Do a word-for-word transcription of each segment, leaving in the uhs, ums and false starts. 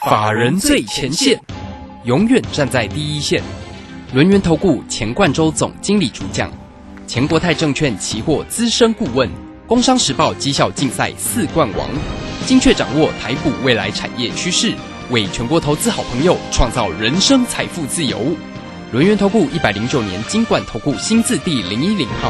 法人最前线，永远站在第一线。轮源投顾钱冠洲总经理主讲，前国泰证券期货资深顾问，工商时报绩效竞赛四冠王，精确掌握台股未来产业趋势，为全国投资好朋友创造人生财富自由。轮源投顾一百零九年金管投顾新字第零一零号。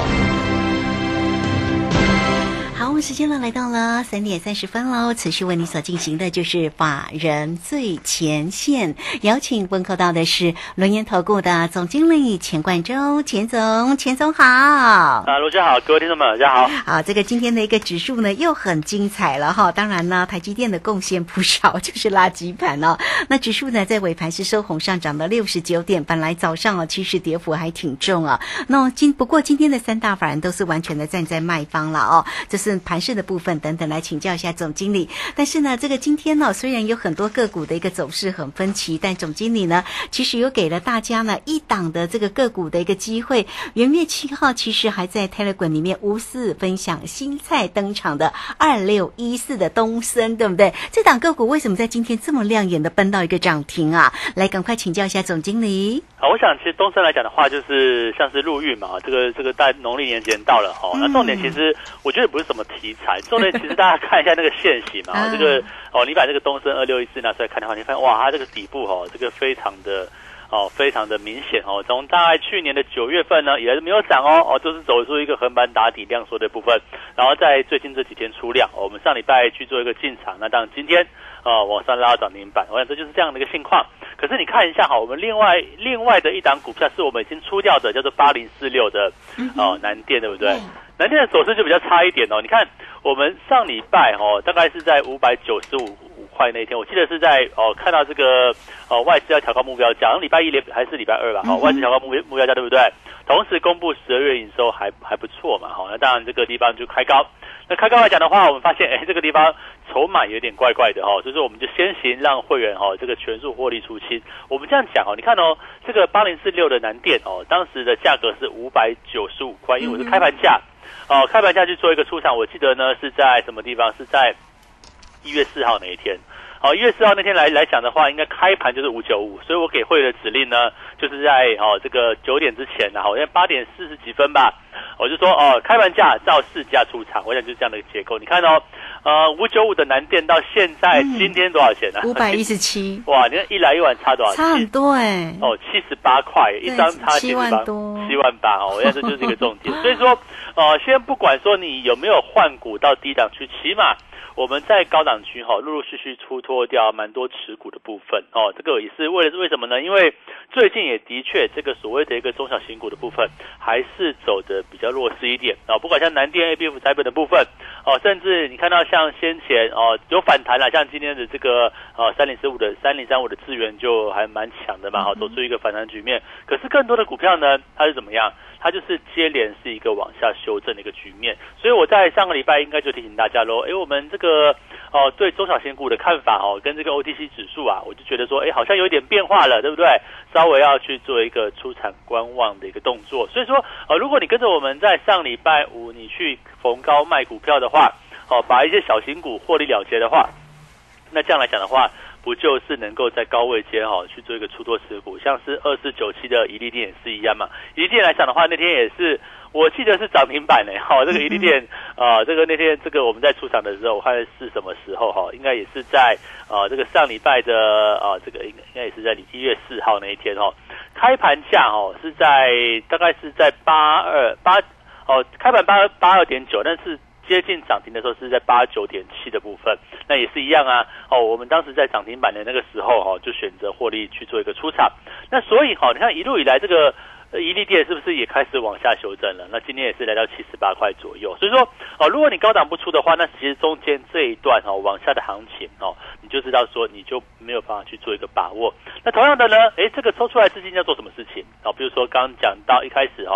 好，我们时间呢来到了三点三十分喽。持续为你所进行的就是法人最前线，邀请问候到的是轮源投顾的总经理钱冠洲，钱总，钱总好。 啊，卢姐好，各位听众们大家好。 好，这个今天的一个指数呢又很精彩了哈。当然呢，台积电的贡献不少，就是垃圾盘哦。那指数呢在尾盘是收红上涨了六十九点，本来早上哦其实跌幅还挺重啊。那今不过今天的三大法人都是完全的站在卖方了哦，这是盘势的部分等等来请教一下总经理。但是呢，这个今天呢、哦、虽然有很多个股的一个走势很分歧，但总经理呢其实有给了大家呢一档的这个个股的一个机会。元月七号其实还在 Telegram 里面无私分享新菜登场的二六一四的东森，对不对？这档个股为什么在今天这么亮眼的奔到一个涨停啊？来，赶快请教一下总经理。 好，我想其实东森来讲的话，就是像是陆运嘛，这个这个在农历年前到了哈、哦。那重点其实我觉得不是什么题材，重点其实大家看一下那个线型嘛，啊、这个哦，你把这个东森二六一四拿出来看的话，你发现哇，它这个底部哦，这个非常的。哦，非常的明显哦，从大概去年的九月份呢，也是没有涨哦，哦，就是走出一个横盘打底量缩的部分，然后在最近这几天出量、哦，我们上礼拜去做一个进场，那当然今天呃往上拉到涨停板，我想这就是这样的一个情况。可是你看一下哈，我们另外另外的一档股票是我们已经出掉的，叫做八零四六的哦南电，对不对？南电的走势就比较差一点哦，你看我们上礼拜哦，大概是在五百九十五。块那天，我记得是在哦看到这个哦外资要调高目标价，礼拜一连还是礼拜二吧？哦，外资调高目目标价对不对？同时公布十二月营收还还不错嘛，好、哦，那当然这个地方就开高。那开高来讲的话，我们发现哎这个地方筹码有点怪怪的哈、哦，所以说我们就先行让会员哈、哦、这个全数获利出清。我们这样讲哦，你看哦这个八零四六的南电哦，当时的价格是五百九十五块，因为我是开盘价哦，开盘价去做一个出场，我记得呢是在什么地方？是在一月四号那一天，好，一月四号那天来来讲的话，应该开盘就是五九五，所以我给会员的指令呢，就是在哦这个九点之前呢，好像八点四十几分吧，我就说哦开盘价照市价出场，我想就是这样的一个结构。你看哦，呃五九五的南电到现在、嗯、今天多少钱呢、啊？ 五百一十七。 哇，你看一来一往差多少钱？ 差很多哎、欸。 哦，七十八块，一张差七万多， 七万八哦，我想这就是一个重点。所以说，呃，先不管说你有没有换股到低档区，起码。我们在高档区哈、哦，陆陆续续出脱掉蛮多持股的部分哦，这个也是为了为什么呢？因为最近也的确这个所谓的一个中小型股的部分还是走的比较弱势一点啊、哦，不管像南电 A B F 台本的部分哦，甚至你看到像先前哦有反弹了，像今天的这个呃三零四五的三零三五的资源就还蛮强的嘛，好、哦、走出一个反弹局面。可是更多的股票呢，它是怎么样？它就是接连是一个往下修正的一个局面，所以我在上个礼拜应该就提醒大家咯，诶我们这个哦对中小型股的看法哦，跟这个 O T C 指数啊，我就觉得说，诶好像有点变化了，对不对？稍微要去做一个出场观望的一个动作。所以说，呃如果你跟着我们在上礼拜五你去逢高卖股票的话，哦把一些小型股获利了结的话，那这样来讲的话。不就是能够在高位间哈、哦、去做一个出脱持股，像是二四九七的怡利电也是一样嘛。怡利电来讲的话，那天也是我记得是涨停板呢。哈、哦，这个怡利电啊、呃，这个那天这个我们在出场的时候，我看是什么时候哈、哦？应该也是在啊、呃、这个上礼拜的啊、呃、这个应该应该也是在一月四号那一天哈、哦。开盘价哦是在大概是在八二八哦，开盘八八二点九，但是。接近涨停的时候是在八十九点七的部分，那也是一样啊。哦，我们当时在涨停板的那个时候哈、哦，就选择获利去做一个出场。那所以哈、哦，你看一路以来这个怡利电是不是也开始往下修正了？那今天也是来到七十八块左右。所以说哦，如果你高档不出的话，那其实中间这一段哦往下的行情哦，你就知道说你就没有办法去做一个把握。那同样的呢，诶，这个抽出来资金要做什么事情？哦，比如说刚刚讲到一开始哦。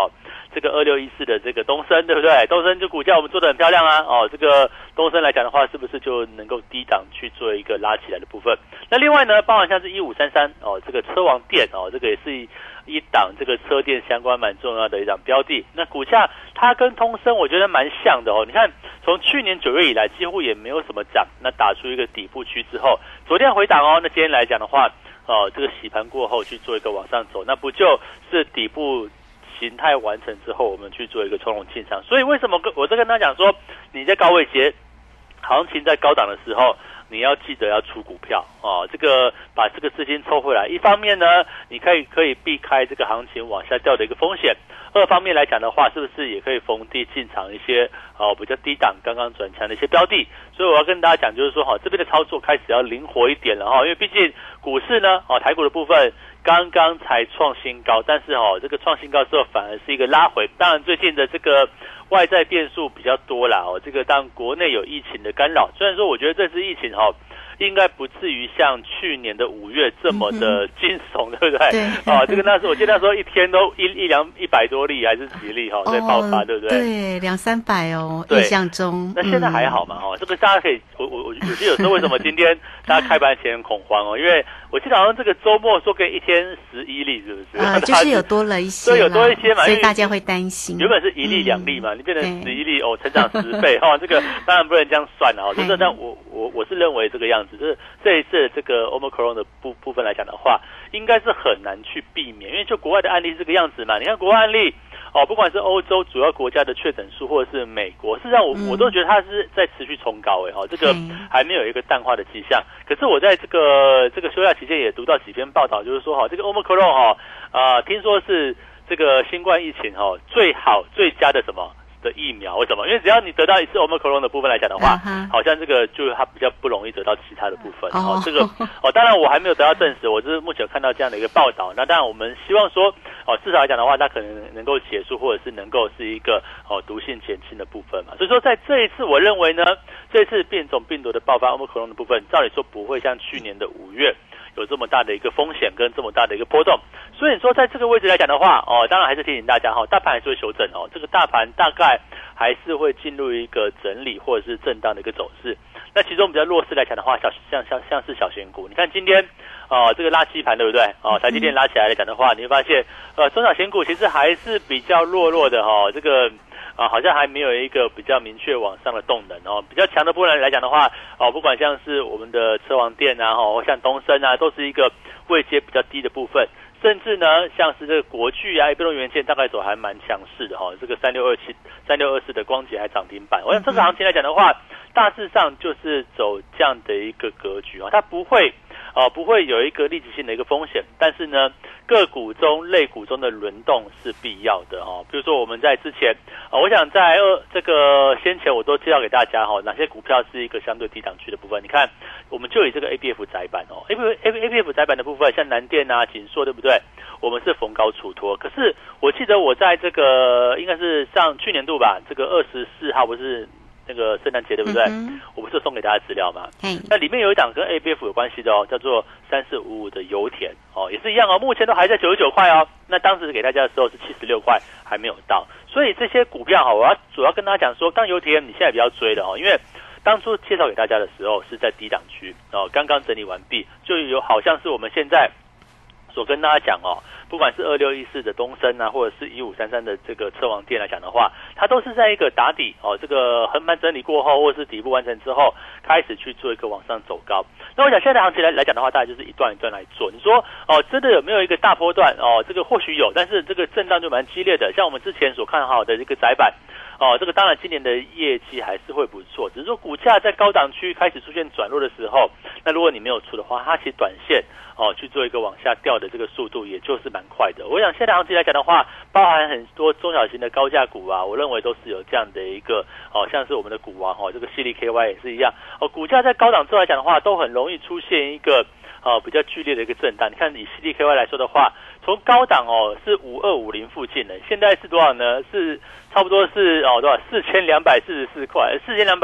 这个二六一四的这个东升，对不对？东升就股价我们做得很漂亮啊，哦，这个东升来讲的话，是不是就能够低档去做一个拉起来的部分？那另外呢，包含像是一五三三哦，这个车王电哦，这个也是一档这个车电相关蛮重要的一档标的。那股价它跟通升我觉得蛮像的哦，你看从去年九月以来几乎也没有什么涨，那打出一个底部区之后，昨天回档哦，那今天来讲的话，哦，这个洗盘过后去做一个往上走，那不就是底部形态完成之后，我们去做一个从容进场。所以为什么我在跟他讲说，你在高位接，行情在高档的时候，你要记得要出股票哦，这个把这个资金抽回来。一方面呢，你可以可以避开这个行情往下掉的一个风险；二方面来讲的话，是不是也可以逢低进场一些哦比较低档、刚刚转强的一些标的？所以我要跟大家讲，就是说哈，这边的操作开始要灵活一点了哈，因为毕竟股市呢，哦台股的部分刚刚才创新高，但是哦这个创新高之后反而是一个拉回。当然最近的这个外在变数比较多啦哦，这个当国内有疫情的干扰，虽然说我觉得这次疫情哦应该不至于像去年的五月这么的惊悚，嗯、对不对？ 对。 哦，这个那时候我记得那时候一天都一一两一百多例还是几例哈、哦、在爆发，对不对？ 对，两三百哦，印象中。 那现在还好嘛？哈、嗯哦，这个大家可以，我我我有些有时候为什么今天大家开盘前很恐慌哦？因为我记得好像这个周末说可以一天十一例，是不是？ 啊、呃，就是有多了一些， 对，有多一些嘛， 所以大家会担心。 原本是一例两例嘛，嗯、你变成十一例哦，成长十倍哈、哦，这个当然不能这样算了哈。就是但我我我是认为这个样子，就是这一次这个 Omicron 的部部分来讲的话，应该是很难去避免，因为就国外的案例是这个样子嘛。你看国外案例哦，不管是欧洲主要国家的确诊数，或者是美国，事实上我、嗯、我都觉得它是在持续冲高诶，哈、哦，这个还没有一个淡化的迹象。可是我在这个这个休假期间也读到几篇报道，就是说哈，这个 Omicron 哈啊、呃，听说是这个新冠疫情哈最好最佳的什么？的疫苗，为什么？因为只要你得到一次 Omicron 的部分来讲的话， uh-huh. 好像这个就是它比较不容易得到其他的部分。Oh. 哦，这个哦，当然我还没有得到证实，我是目前有看到这样的一个报道。那当然我们希望说，哦，至少来讲的话，它可能能够结束，或者是能够是一个哦毒性减轻的部分嘛。所以说，在这一次，我认为呢，这次变种病毒的爆发 Omicron 的部分，照理说不会像去年的五月有这么大的一个风险跟这么大的一个波动。所以说，在这个位置来讲的话，哦，当然还是提醒大家哈、哦，大盘还是会修正哦，这个大盘大概还是会进入一个整理或者是震荡的一个走势。那其中比较弱势来讲的话，小像像像是小型股，你看今天哦这个拉七盘对不对？哦，台积电拉起来来讲的话，你会发现呃中小型股其实还是比较弱弱的哈、哦，这个啊好像还没有一个比较明确往上的动能哦。比较强的部分来讲的话，哦不管像是我们的车王电啊，哦像东升啊，都是一个位阶比较低的部分。甚至呢，像是这个国巨啊、被动元件大概走还蛮强势的哈、哦。这个三六二七、三六二四的光捷还涨停板。我想这个行情来讲的话，大致上就是走这样的一个格局啊、哦，它不会哦不会有一个立即性的一个风险，但是呢，个股中类股中的轮动是必要的哦。比如说我们在之前啊、哦，我想在二这个先前我都介绍给大家哈、哦，哪些股票是一个相对低档区的部分。你看，我们就以这个 A B F 载板哦 ，A B A B F 载板的部分，像南电啊、锦硕，对不对？我们是逢高出脱，可是我记得我在这个应该是上去年度吧，这个二十四号不是那个圣诞节对不对？嗯、我不是送给大家资料嘛？那里面有一档跟 A B F 有关系的哦，叫做三四五五的油田哦，也是一样哦，目前都还在九十九块哦。那当时给大家的时候是七十六块，还没有到，所以这些股票哈，我要主要跟大家讲说，当油田你现在不要追了哦，因为当初介绍给大家的时候是在低档区哦，刚刚整理完毕，就有好像是我们现在所跟大家讲哦，不管是二六一四的东升啊，或者是一五三三的这个车王电来讲的话，它都是在一个打底哦，这个横盘整理过后，或者是底部完成之后，开始去做一个往上走高。那我想现在行情来来讲的话，大概就是一段一段来做。你说哦，真的有没有一个大波段哦？这个或许有，但是这个震荡就蛮激烈的。像我们之前所看好的这个载板哦，这个当然今年的业绩还是会不错，只是说股价在高档区开始出现转弱的时候，那如果你没有出的话，它其实短线哦去做一个往下掉的这个速度，也就是蛮快的。我想现在行情来讲的话，包含很多中小型的高价股啊，我认为都是有这样的一个哦，像是我们的股王哦，这个矽力 K Y 也是一样哦，股价在高档之后来讲的话，都很容易出现一个哦比较剧烈的一个震荡。你看以矽力 K Y 来说的话，从高档哦是五二五零附近的，现在是多少呢？是差不多是哦多少四千两百四十四块，四千两百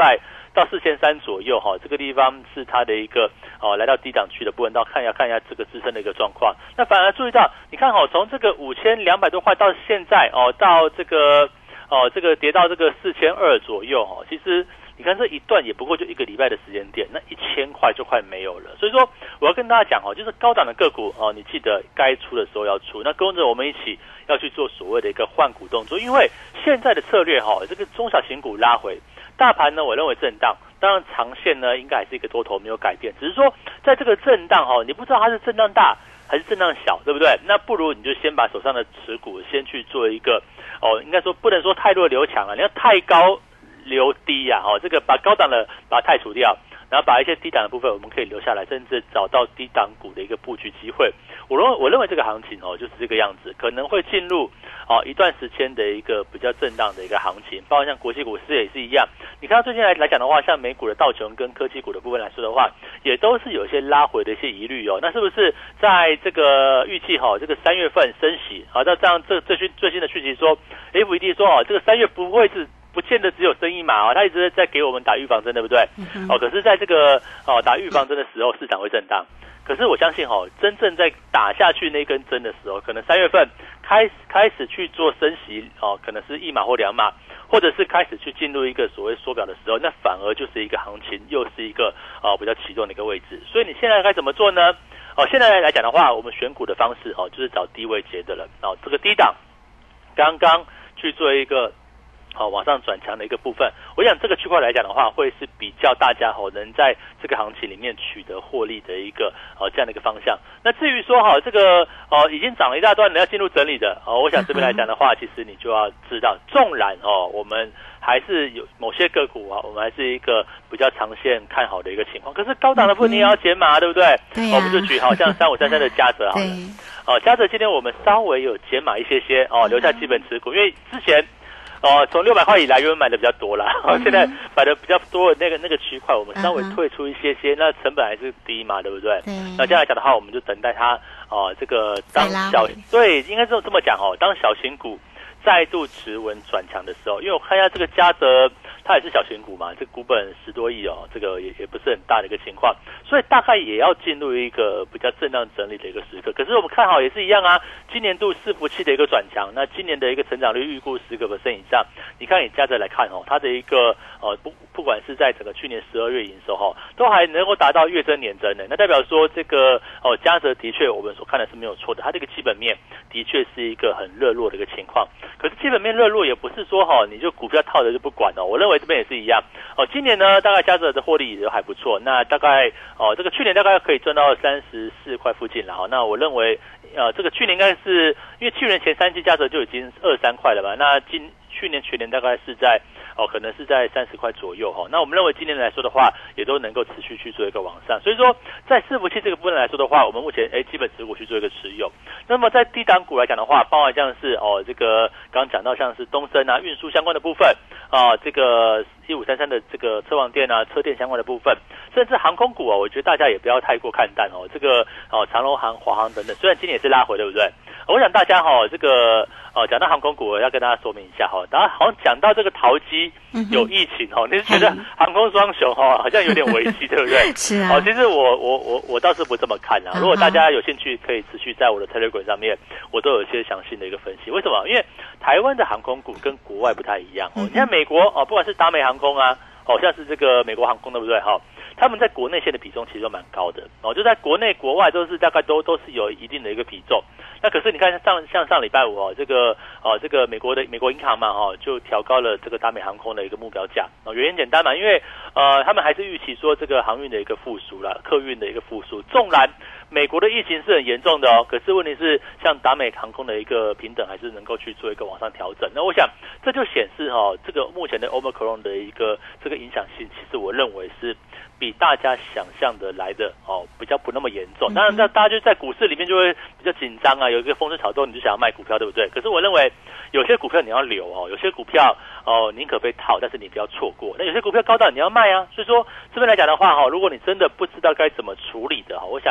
到四千三左右哈，这个地方是它的一个哦来到低档区的部分，到看一下看一下这个支撑的一个状况。那反而注意到，你看哦，从这个五千两百多块到现在哦，到这个哦这个跌到这个四千二左右哦，其实。你看这一段也不过就一个礼拜的时间点，那一千块就快没有了。所以说我要跟大家讲哦，就是高档的个股哦，你记得该出的时候要出。那跟着我们一起要去做所谓的一个换股动作，因为现在的策略哈，这个中小型股拉回，大盘呢我认为震荡，当然长线呢应该还是一个多头没有改变，只是说在这个震荡哈，你不知道它是震荡大还是震荡小，对不对？那不如你就先把手上的持股先去做一个哦，应该说不能说太弱留强了，你要太高。留低呀、啊，哦，这个把高档的把它汰除掉，然后把一些低档的部分我们可以留下来，甚至找到低档股的一个布局机会。我认为我认为这个行情哦就是这个样子，可能会进入哦一段时间的一个比较震荡的一个行情，包括像国际股市也是一样。你看到最近来来讲的话，像美股的道琼跟科技股的部分来说的话，也都是有一些拉回的一些疑虑哦。那是不是在这个预计哈、哦，这个三月份升息，好，那这样这这最最新的讯息说 ，F E D 说哦，这个三月不会是。不见得只有升一码啊，他一直在给我们打预防针，对不对？嗯、哦，可是在这个哦打预防针的时候，市场会震荡。可是我相信哦，真正在打下去那根针的时候，可能三月份开始开始去做升息哦，可能是一码或两码，或者是开始去进入一个所谓缩表的时候，那反而就是一个行情，又是一个哦比较启动的一个位置。所以你现在该怎么做呢？哦，现在来讲的话，我们选股的方式哦，就是找低位接的了。哦，这个低档刚刚去做一个。好、哦，往上转强的一个部分，我想这个区块来讲的话，会是比较大家哦能在这个行情里面取得获利的一个哦这样的一个方向。那至于说哈、哦、这个哦已经涨了一大段，你要进入整理的哦，我想这边来讲的话，其实你就要知道，纵然哦我们还是有某些个股啊，我们还是一个比较长线看好的一个情况。可是高档的部分你也要减码，对不对？ 对、啊哦。我们就举好像三五三三的嘉泽好了。哦，嘉泽今天我们稍微有减码一些些哦，留下基本持股，因为之前。哦，从六百块以来，原本买的比较多啦，嗯、现在买的比较多的那个那个区块，我们稍微退出一些些，那成本还是低嘛，对不对？对。那这样来讲的话，我们就等待它哦，这个当小对，应该这这么讲哦，当小型股再度持稳转强的时候，因为我看一下这个嘉泽，它也是小型股嘛，这股本十多亿哦，这个也也不是很大的一个情况，所以大概也要进入一个比较震荡整理的一个时刻。可是我们看好也是一样啊，今年度伺服器的一个转强，那今年的一个成长率预估十个 percent 以上，你看以嘉泽来看哦，它的一个呃不不管是在整个去年十二月营收哈，都还能够达到月增年增的，那代表说这个哦嘉泽的确我们所看的是没有错的，它这个基本面的确是一个很热络的一个情况。可是基本面热络也不是说哈、哦、你就股票套着就不管哦，我认为这边也是一样哦。今年呢大概嘉泽的获利也都还不错，那大概哦这个去年大概可以赚到三十四块附近了哈。那我认为呃这个去年应该是因为去年前三季嘉泽就已经二三块了嘛，那今去年全年大概是在哦可能是在三十块左右哈、哦。那我们认为今年来说的话，也都能够持续去做一个往上。所以说在伺服器这个部分来说的话，我们目前哎基本持股去做一个持有。那么在低档股来讲的话，包含像是哦这个刚刚讲到像是东升啊运输相关的部分啊，这个一五三三的这个车王电啊车电相关的部分，甚至航空股哦，我觉得大家也不要太过看淡哦。这个哦长荣航、华航等等，虽然今年也是拉回，对不对？我想大家哈、哦、这个哦讲到航空股，要跟大家说明一下哈、哦。然后好像讲到这个淘机有疫情哦，你是觉得航空双雄哈、哦、好像有点危机，对不对？ 是啊。 哦，其实我我我我倒是不这么看啊。如果大家有兴趣，可以持续在我的 Telegram 上面，我都有一些详细的一个分析。为什么？因为台湾的航空股跟国外不太一样哦。你看美国哦，不管是达美航空啊，哦像是这个美国航空，对不对？哈、哦，他们在国内线的比重其实都蛮高的哦，就在国内国外都是大概都都是有一定的一个比重。那可是你看上像上礼拜五哦，这个哦这个美国的美国银行嘛哦，就调高了这个达美航空的一个目标价哦，原因简单嘛，因为呃他们还是预期说这个航运的一个复苏啦，客运的一个复苏，纵然美国的疫情是很严重的哦，可是问题是像达美航空的一个平等还是能够去做一个往上调整。那我想这就显示哦，这个目前的 Omicron 的一个这个影响性，其实我认为是比大家想象的来的哦比较不那么严重。当然，那大家就在股市里面就会比较紧张啊，有一个风吹草动你就想要卖股票，对不对？可是我认为有些股票你要留哦，有些股票哦宁可被套，但是你不要错过。那有些股票高档你要卖啊，所以说这边来讲的话哈，如果你真的不知道该怎么处理的哈，我想赶快打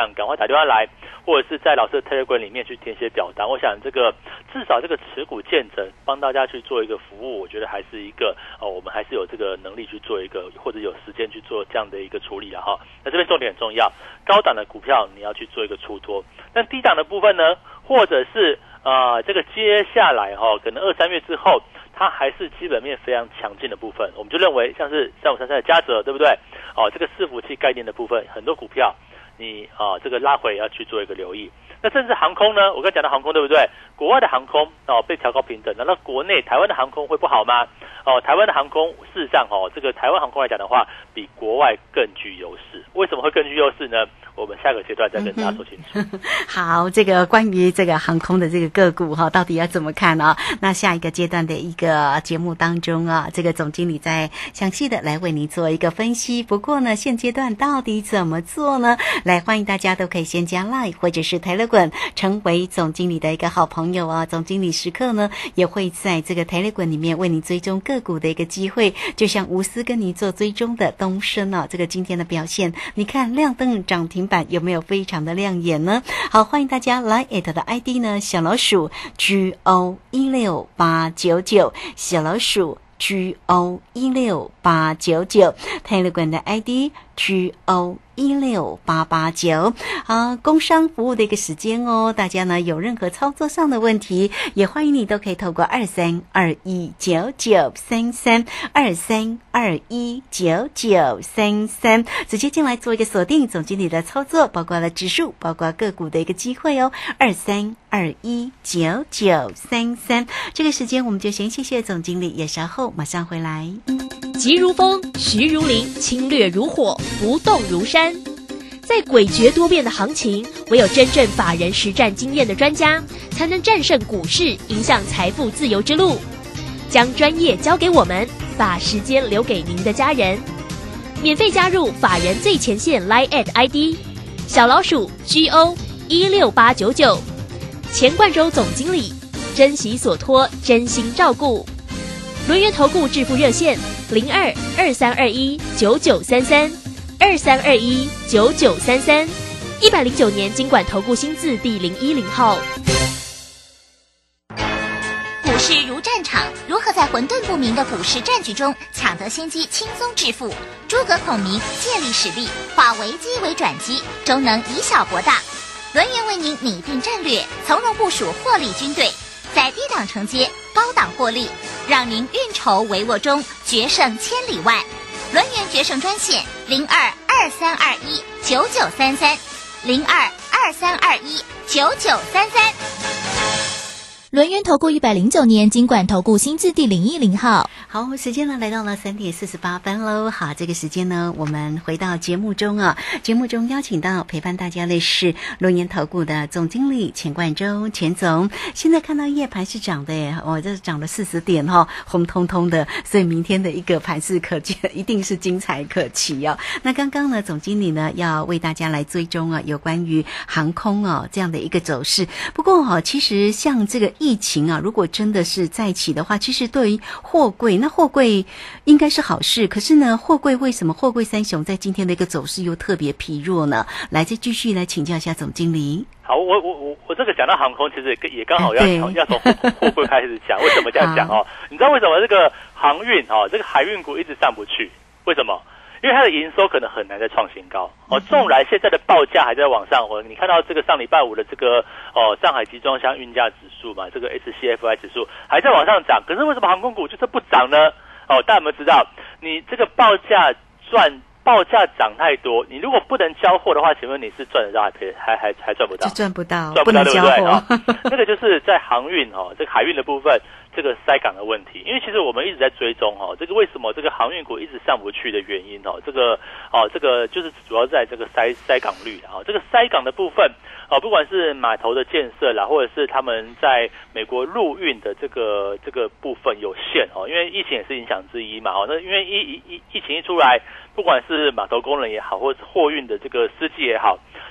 电话来，或者是在老师的 Telegram 里面去填写表单。我想这个至少这个持股见证帮大家去做一个服务，我觉得还是一个哦，我们还是有这个能力去做一个，或者有时间去做这样的一个处理了哈。那这边重点很重要，高档的股票你要去做一个出脱，但低档的部分呢，或者是呃这个接下来哈、哦，可能二三月之后。它还是基本面非常强劲的部分，我们就认为像是三五三三的嘉泽，对不对？哦，这个伺服器概念的部分，很多股票你啊、哦、这个拉回要去做一个留意。那甚至航空呢，我刚讲的航空对不对？国外的航空哦被调高平等，难道国内台湾的航空会不好吗？哦，台湾的航空事实上哦，这个台湾航空来讲的话，比国外更具优势。为什么会更具优势呢？我们下个阶段再跟大家说清楚。 嗯、好，这个关于这个航空的这个个股哈，到底要怎么看啊？那下一个阶段的一个节目当中啊，这个总经理在详细的来为您做一个分析。不过呢，现阶段到底怎么做呢？来，欢迎大家都可以先加 Line 或者是 Telegram 成为总经理的一个好朋友啊。总经理时刻呢也会在这个 Telegram 里面为你追踪个股的一个机会，就像无私跟你做追踪的东升啊，这个今天的表现，你看亮灯涨停板有没有非常的亮眼呢？好，欢迎大家来 at 的 I D 呢，小老鼠 G O 一六八九九， 小老鼠 G O 一六八九九， Telegram 的 I D G O一六八八九，好，工商服务的一个时间哦。大家呢有任何操作上的问题，也欢迎你都可以透过二三二一九九三三二三二一九九三三直接进来做一个锁定总经理的操作，包括了指数，包括个股的一个机会哦。二三二一九九三三，这个时间我们就先谢谢总经理，也稍后马上回来。 急如风，徐如林，侵略如火，不动如山。在诡谲多变的行情，唯有真正法人实战经验的专家，才能战胜股市，迎向财富自由之路。将专业交给我们，把时间留给您的家人。免费加入法人最前线 Line at I D 小老鼠 G O 一六八九九，钱冠洲总经理，珍惜所托，真心照顾。轮源投顾致富热线零二二三二一九九三三二三二一九九三三，一百零九年金管投顾新字第零一零号。 股市如战场，如何在混沌不明的股市战局中抢得先机，轻松致富？诸葛孔明借力使力，化危机为转机，终能以小博大。轮源为您拟定战略，从容部署获利军队，在低档承接，高档获利，让您运筹帷幄中决胜千里外。轮源决胜专线零二二三二一九九三三零二二三二一九九三三。 轮源投顾一百零九年金管投顾新字第零一零号。 好，时间呢来到了三点四十八分喽。好，这个时间呢，我们回到节目中啊。节目中邀请到陪伴大家的是轮源投顾的总经理钱冠洲钱总。现在看到夜盘是涨的耶，哦，这涨了四十点哈、哦，红彤彤的，所以明天的一个盘势可见，一定是精彩可期哦。那刚刚呢，总经理呢要为大家来追踪啊，有关于航空哦这样的一个走势。不过哈、哦，其实像这个疫情啊，如果真的是再起的话，其实对于货柜，那货柜应该是好事。可是呢，货柜为什么货柜三雄在今天的一个走势又特别疲弱呢？来，再继续来请教一下总经理。 好，我我我我这个讲到航空，其实也刚好要要从货柜开始讲。为什么这样讲哦？你知道为什么这个航运哦，这个海运股一直上不去？为什么？因为它的营收可能很难再创新高哦，纵然现在的报价还在往上，我你看到这个上礼拜五的这个哦上海集装箱运价指数嘛，这个 H C F I 指数还在往上涨，可是为什么航空股就是不涨呢？哦，大家有没有知道？你这个报价赚报价涨太多，你如果不能交货的话，请问你是赚得到还赔还还还赚不到？ 就赚不到， 赚不到，对不对？ 哦， 那个就是在航运哦，这个海运的部分。这个塞港的问题，因为其实我们一直在追踪哦，这个为什么这个航运股一直上不去的原因哦，这个哦，这个就是主要在这个塞塞港率啊，这个塞港的部分哦，不管是码头的建设啦，或者是他们在美国陆运的这个这个部分有限哦，因为疫情也是影响之一嘛哦，那因为疫疫疫情一出来，不管是码头工人也好，或者是货运的这个司机也好，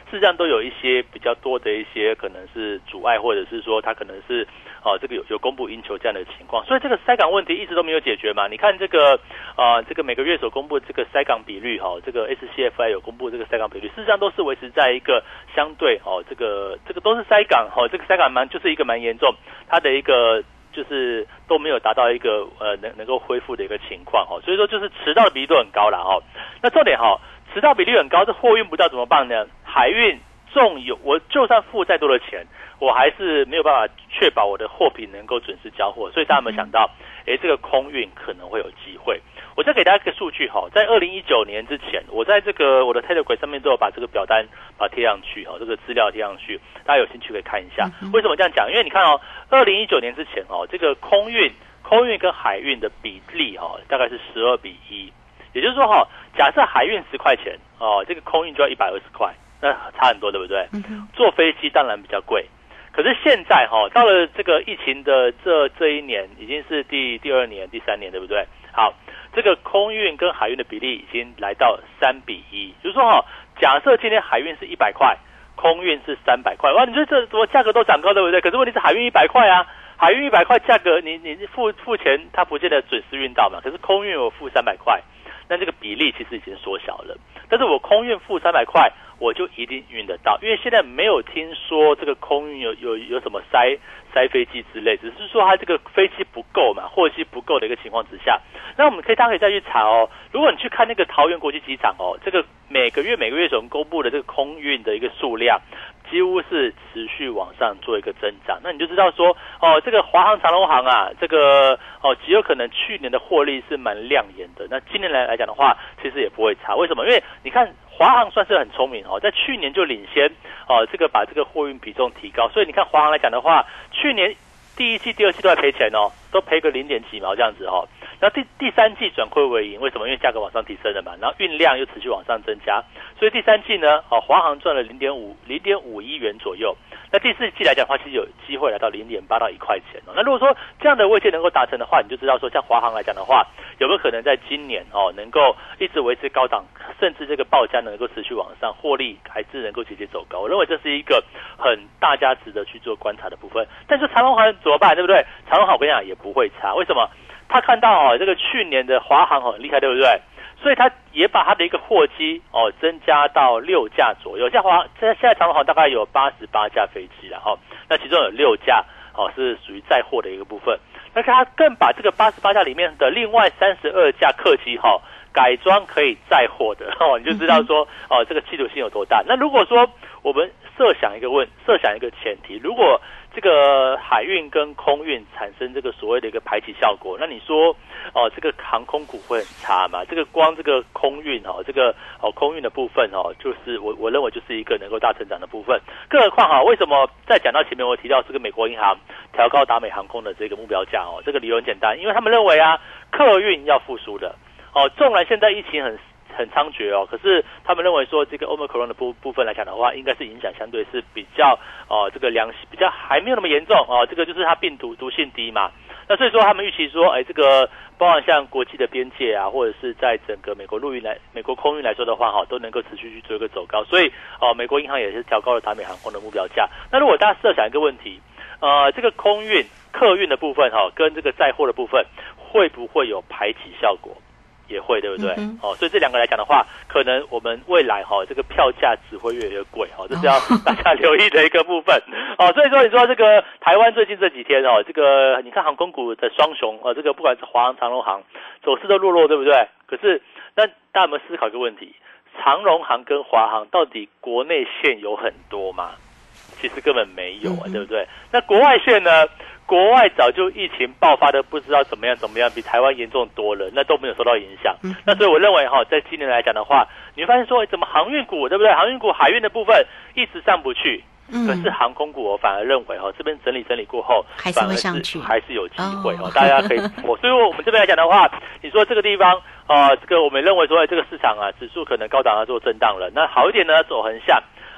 事实上都有一些比较多的一些可能是阻碍，或者是说它可能是哦这个有有供不应求这样的情况，所以这个塞港问题一直都没有解决嘛。你看这个呃这个每个月所公布这个塞港比率哈、哦，这个 S C F I 有公布这个塞港比率，事实上都是维持在一个相对哦这个这个都是塞港哦，这个塞港蛮就是一个蛮严重，它的一个就是都没有达到一个呃能能够恢复的一个情况哦，所以说就是迟到的比率都很高啦哦。那重点哈、哦，迟到比率很高，这货运不知道怎么办呢？海运重有，我就算付再多的钱，我还是没有办法确保我的货品能够准时交货。所以大家有没有想到，诶，这个空运可能会有机会？我再给大家一个数据哈，在二零一九年之前，我在这个我的 Telegram 上面都有把这个表单把它贴上去哈，这个资料贴上去，大家有兴趣可以看一下。为什么这样讲？因为你看哦，二零一九年之前哦，这个空运空运跟海运的比例哈，大概是十二比一，也就是说哈，假设海运十块钱哦，这个空运就要一百二十块。那差很多，对不对？嗯、坐飞机当然比较贵，可是现在哈、哦，到了这个疫情的这这一年，已经是第第二年、第三年，对不对？好，这个空运跟海运的比例已经来到三比一，就是说哈、哦，假设今天海运是一百块，空运是三百块，哇，你说这怎么价格都涨高，对不对？可是问题是海运一百块啊，海运一百块价格，你你付付钱，它不见得准时运到嘛，可是空运我付三百块。那这个比例其实已经缩小了，但是我空运付三百块，我就一定运得到，因为现在没有听说这个空运有有有什么塞塞飞机之类，只是说它这个飞机不够嘛，货机不够的一个情况之下，那我们可以大家可以再去查哦。如果你去看那个桃园国际机场哦，这个每个月每个月所公布的这个空运的一个数量，几乎是持续往上做一个增长，那你就知道说哦，这个华航、长荣航啊，这个哦极有可能去年的获利是蛮亮眼的，那今年来来讲的话，其实也不会差。为什么？因为你看华航算是很聪明哦，在去年就领先哦，这个把这个货运比重提高，所以你看华航来讲的话，去年第一季、第二季都在赔钱哦，都赔个零点几毛这样子哦。然后第第三季转亏为盈，为什么？因为价格往上提升了嘛，然后运量又持续往上增加，所以第三季呢，哦，华航赚了零点五零点五亿元左右。那第四季来讲的话，其实有机会来到零点八到一块钱哦。那如果说这样的位阶能够达成的话，你就知道说，像华航来讲的话，有没有可能在今年哦，能够一直维持高档，甚至这个报价能够持续往上，获利还是能够节节走高。我认为这是一个很大家值得去做观察的部分。但是长荣航怎么办？对不对？长荣航我跟你讲也不会差，为什么？他看到哦，这个去年的华航很厉害，对不对？所以他也把他的一个货机哦增加到六架左右。像华现在现在长荣航大概有八十八架飞机了哈、哦，那其中有六架哦是属于载货的一个部分。那他更把这个八十八架里面的另外三十二架客机哈、哦、改装可以载货的哦，你就知道说哦这个企图心有多大。那如果说我们设想一个问，设想一个前提，如果这个海运跟空运产生这个所谓的一个排挤效果，那你说哦，这个航空股会很差嘛？这个光这个空运哦，这个哦空运的部分哦，就是我我认为就是一个能够大成长的部分。更何况哈，为什么在讲到前面我提到这个美国银行调高达美航空的这个目标价哦？这个理由很简单，因为他们认为啊，客运要复苏的哦，纵然现在疫情很。很猖獗哦，可是他们认为说这个 Omicron 的部部分来讲的话，应该是影响相对是比较哦这个良比较还没有那么严重哦，这个就是它病毒毒性低嘛。那所以说他们预期说，哎，这个包含像国际的边界啊，或者是在整个美国陆运来美国空运来说的话，哈，都能够持续去做一个走高。所以哦，美国银行也是调高了达美航空的目标价。那如果大家设想一个问题，呃，这个空运客运的部分哈、哦，跟这个载货的部分会不会有排挤效果？也会，对不对？嗯、哦，所以这两个来讲的话，可能我们未来哈、哦、这个票价只会越来越贵哦，这是要大家留意的一个部分哦。所以说，你说这个台湾最近这几天哦，这个你看航空股的双雄哦，这个不管是华航、长荣航走势都弱弱，对不对？可是那大家有没有思考一个问题？长荣航跟华航到底国内线有很多吗？其实根本没有啊，嗯、对不对？那国外线呢？国外早就疫情爆发的不知道怎么样怎么样，比台湾严重多了，那都没有受到影响。嗯、那所以我认为哈，在今年来讲的话，你会发现说，怎么航运股对不对？航运股海运的部分一直上不去，嗯、可是航空股我反而认为哈，这边整理整理过后， 还是会上去， 还是有机会哦。大家可以，我所以我们这边来讲的话，你说这个地方啊、呃，这个我们认为说这个市场啊，指数可能高档要做震荡了，那好一点呢，走横向。哦，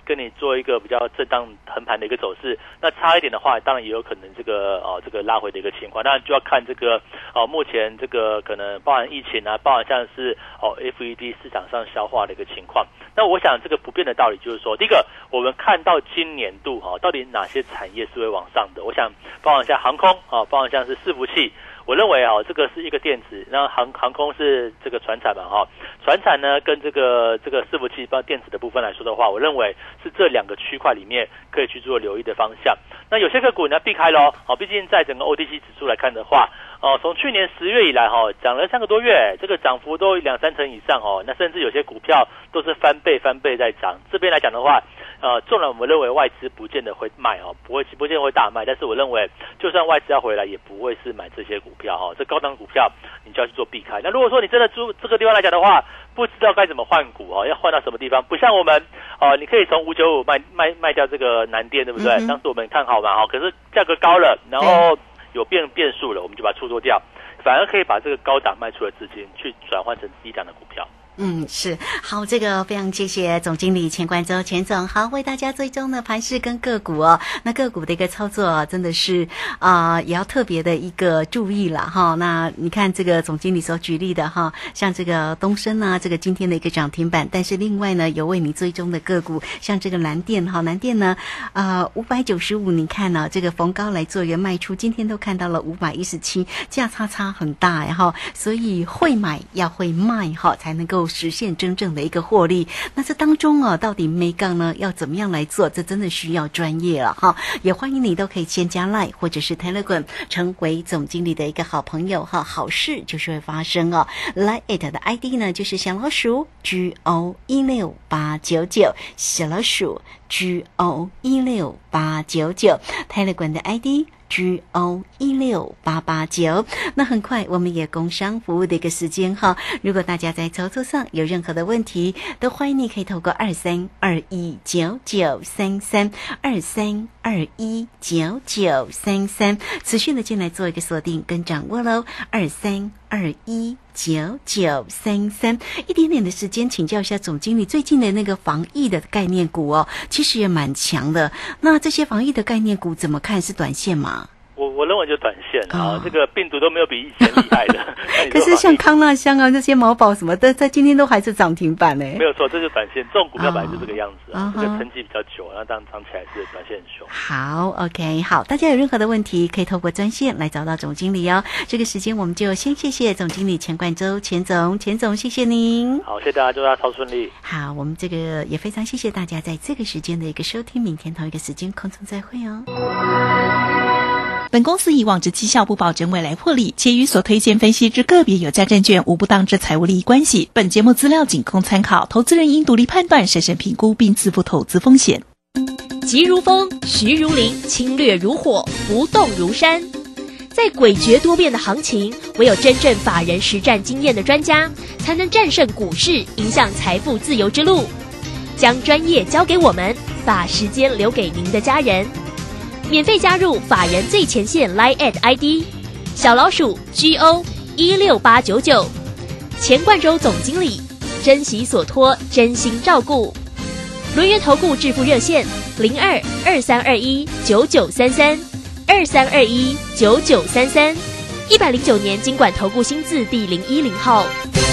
跟你做一个比较震荡横盘的一个走势。那差一点的话，当然也有可能这个哦这个拉回的一个情况。当然就要看这个哦目前这个可能包含疫情啊，包含像是哦 F E D 市场上消化的一个情况。那我想这个不变的道理就是说，第一个我们看到今年度哈、哦，到底哪些产业是会往上的？我想包含像航空啊、哦，包含像是伺服器。我认为啊，这个是一个电子，那航航空是这个传产嘛，哈，传产呢跟这个这个伺服器包电子的部分来说的话，我认为是这两个区块里面可以去做留意的方向。那有些个股你要避开咯，哦，毕竟在整个 O T C 指数来看的话，哦，从去年十月以来哈，涨了三个多月，这个涨幅都两三成以上哦，那甚至有些股票都是翻倍翻倍在涨。这边来讲的话，呃，纵然我们认为外资不见得会卖哦，不会不见得会大卖，但是我认为就算外资要回来，也不会是买这些股票哈、哦，这高档股票你就要去做避开。那如果说你真的租这个地方来讲的话，不知道该怎么换股哦，要换到什么地方？不像我们哦，你可以从五九五卖卖卖掉这个南电，对不对？嗯、当时我们看好嘛，哦，可是价格高了，然后有变变数了，我们就把它出脱掉，反而可以把这个高档卖出的资金去转换成低档的股票。 嗯，是好，这个非常谢谢总经理钱冠周钱总，好为大家追踪的盘势跟个股哦。那个股的一个操作、啊、真的是啊、呃，也要特别的一个注意了哈。那你看这个总经理所举例的哈，像这个东升啊，这个今天的一个涨停板，但是另外呢有为你追踪的个股，像这个南电哈，南电呢呃五百九十五，你看呢、啊、这个逢高来做一个卖出，今天都看到了五百一十七，价差差很大呀哈，所以会买要会卖哈，才能够实现真正的一个获利。那这当中啊，到底眉杠呢要怎么样来做？这真的需要专业了哈。也欢迎你都可以先加 Line 或者是 Telegram 成为总经理的一个好朋友哈。好事就是会发生哦。Line it 的 I D 呢就是小老鼠 G O 一六八九九，小老鼠 G O 一六八九九， Telegram 的 I D G O 一六八八九。那很快我们也工商服务的一个时间哈，如果大家在操作上有任何的问题，都欢迎你可以透过二三二一九九三三二三二一九九三三持续的进来做一个锁定跟掌握喽。二三二一九九三三，一点点的时间，请教一下总经理，最近的那个防疫的概念股哦，其实也蛮强的。那这些防疫的概念股怎么看？是短线吗？ 我我认为就短线啊、哦，这个病毒都没有比以前厉害的。 可是像康纳香啊，那些毛宝什么的，在今天都还是涨停板呢。 没有错，这就是短线，这种股票本来就这个样子啊， 哦、 这个成绩比较久，然后当涨起来是短线很凶。 好 ，OK， 好，大家有任何的问题可以透过专线来找到总经理哦。这个时间我们就先谢谢总经理钱冠周钱总，钱总谢谢您。 好，谢谢大家，祝大家超顺利。 好，我们这个也非常谢谢大家在这个时间的一个收听，明天同一个时间空中再会哦。 本公司以往之绩效不保证未来获利，且与所推荐分析之个别有价证券无不当之财务利益关系。本节目资料仅供参考，投资人应独立判断、审慎评估并自负投资风险。 急如风，徐如林，侵略如火，不动如山。在诡谲多变的行情，唯有真正法人实战经验的专家，才能战胜股市，迎向财富自由之路。将专业交给我们，把时间留给您的家人。免费加入法人最前线 Line at I D 小老鼠 G O 一六八九九，钱冠周总经理，珍惜所托，真心照顾。轮源投顾致富热线零二二三二一九九三三二三二一九九三三，一百零九年金管投顾新字第零一零号。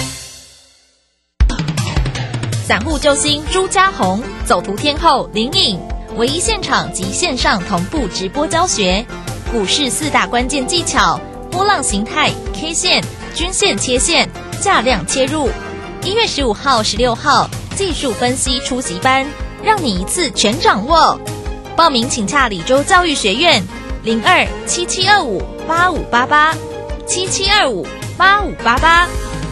散户救星朱家红，走图天后林颖。唯一现场及线上同步直播教学，股市四大关键技巧：波浪形态、K 线、均线切线、价量切入。一月十五号、十六号技术分析出席班，让你一次全掌握。报名请洽李州教育学院零二七七二五八五八八七七二五八五八八。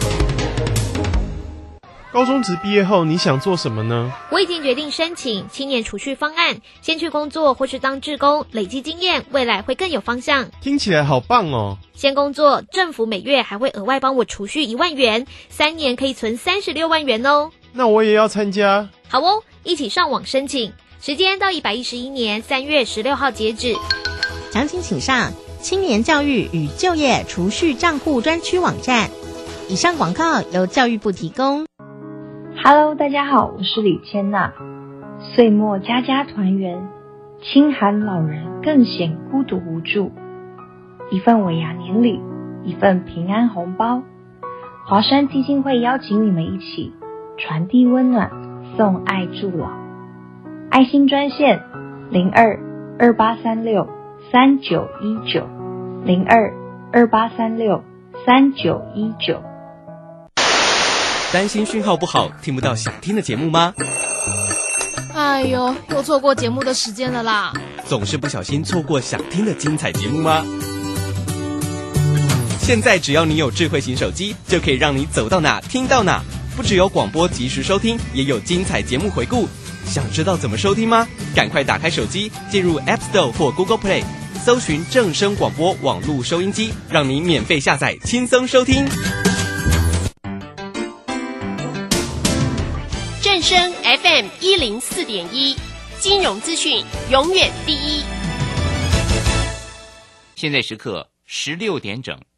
高中职毕业后你想做什么呢？ 我已经决定申请青年储蓄方案，先去工作或是当志工，累积经验，未来会更有方向。 听起来好棒哦！ 先工作，政府每月还会额外帮我储蓄一万元，三年可以存三十六万元哦。 那我也要参加。 好哦，一起上网申请，时间到一百一十一年三月十六号截止。 详情请上青年教育与就业储蓄账户专区网站。以上广告由教育部提供。 Hello， 大家好，我是李千娜。 岁末家家团圆，清寒老人更显孤独无助。一份尾牙年礼，一份平安红包。华山基金会邀请你们一起传递温暖，送爱助老。爱心专线零二二八三六三九一九零二二八三六三九一九。 担心讯号不好，听不到想听的节目吗？ 哎呦，又错过节目的时间了啦！ 总是不小心错过想听的精彩节目吗？现在只要你有智慧型手机，就可以让你走到哪听到哪。不只有广播及时收听，也有精彩节目回顾。想知道怎么收听吗？赶快打开手机，进入 App Store 或 Google Play， 搜寻正声广播网络收音机，让你免费下载，轻松收听。 正声 F M 一零四点一，金融资讯永远第一。 现在时刻十六点整。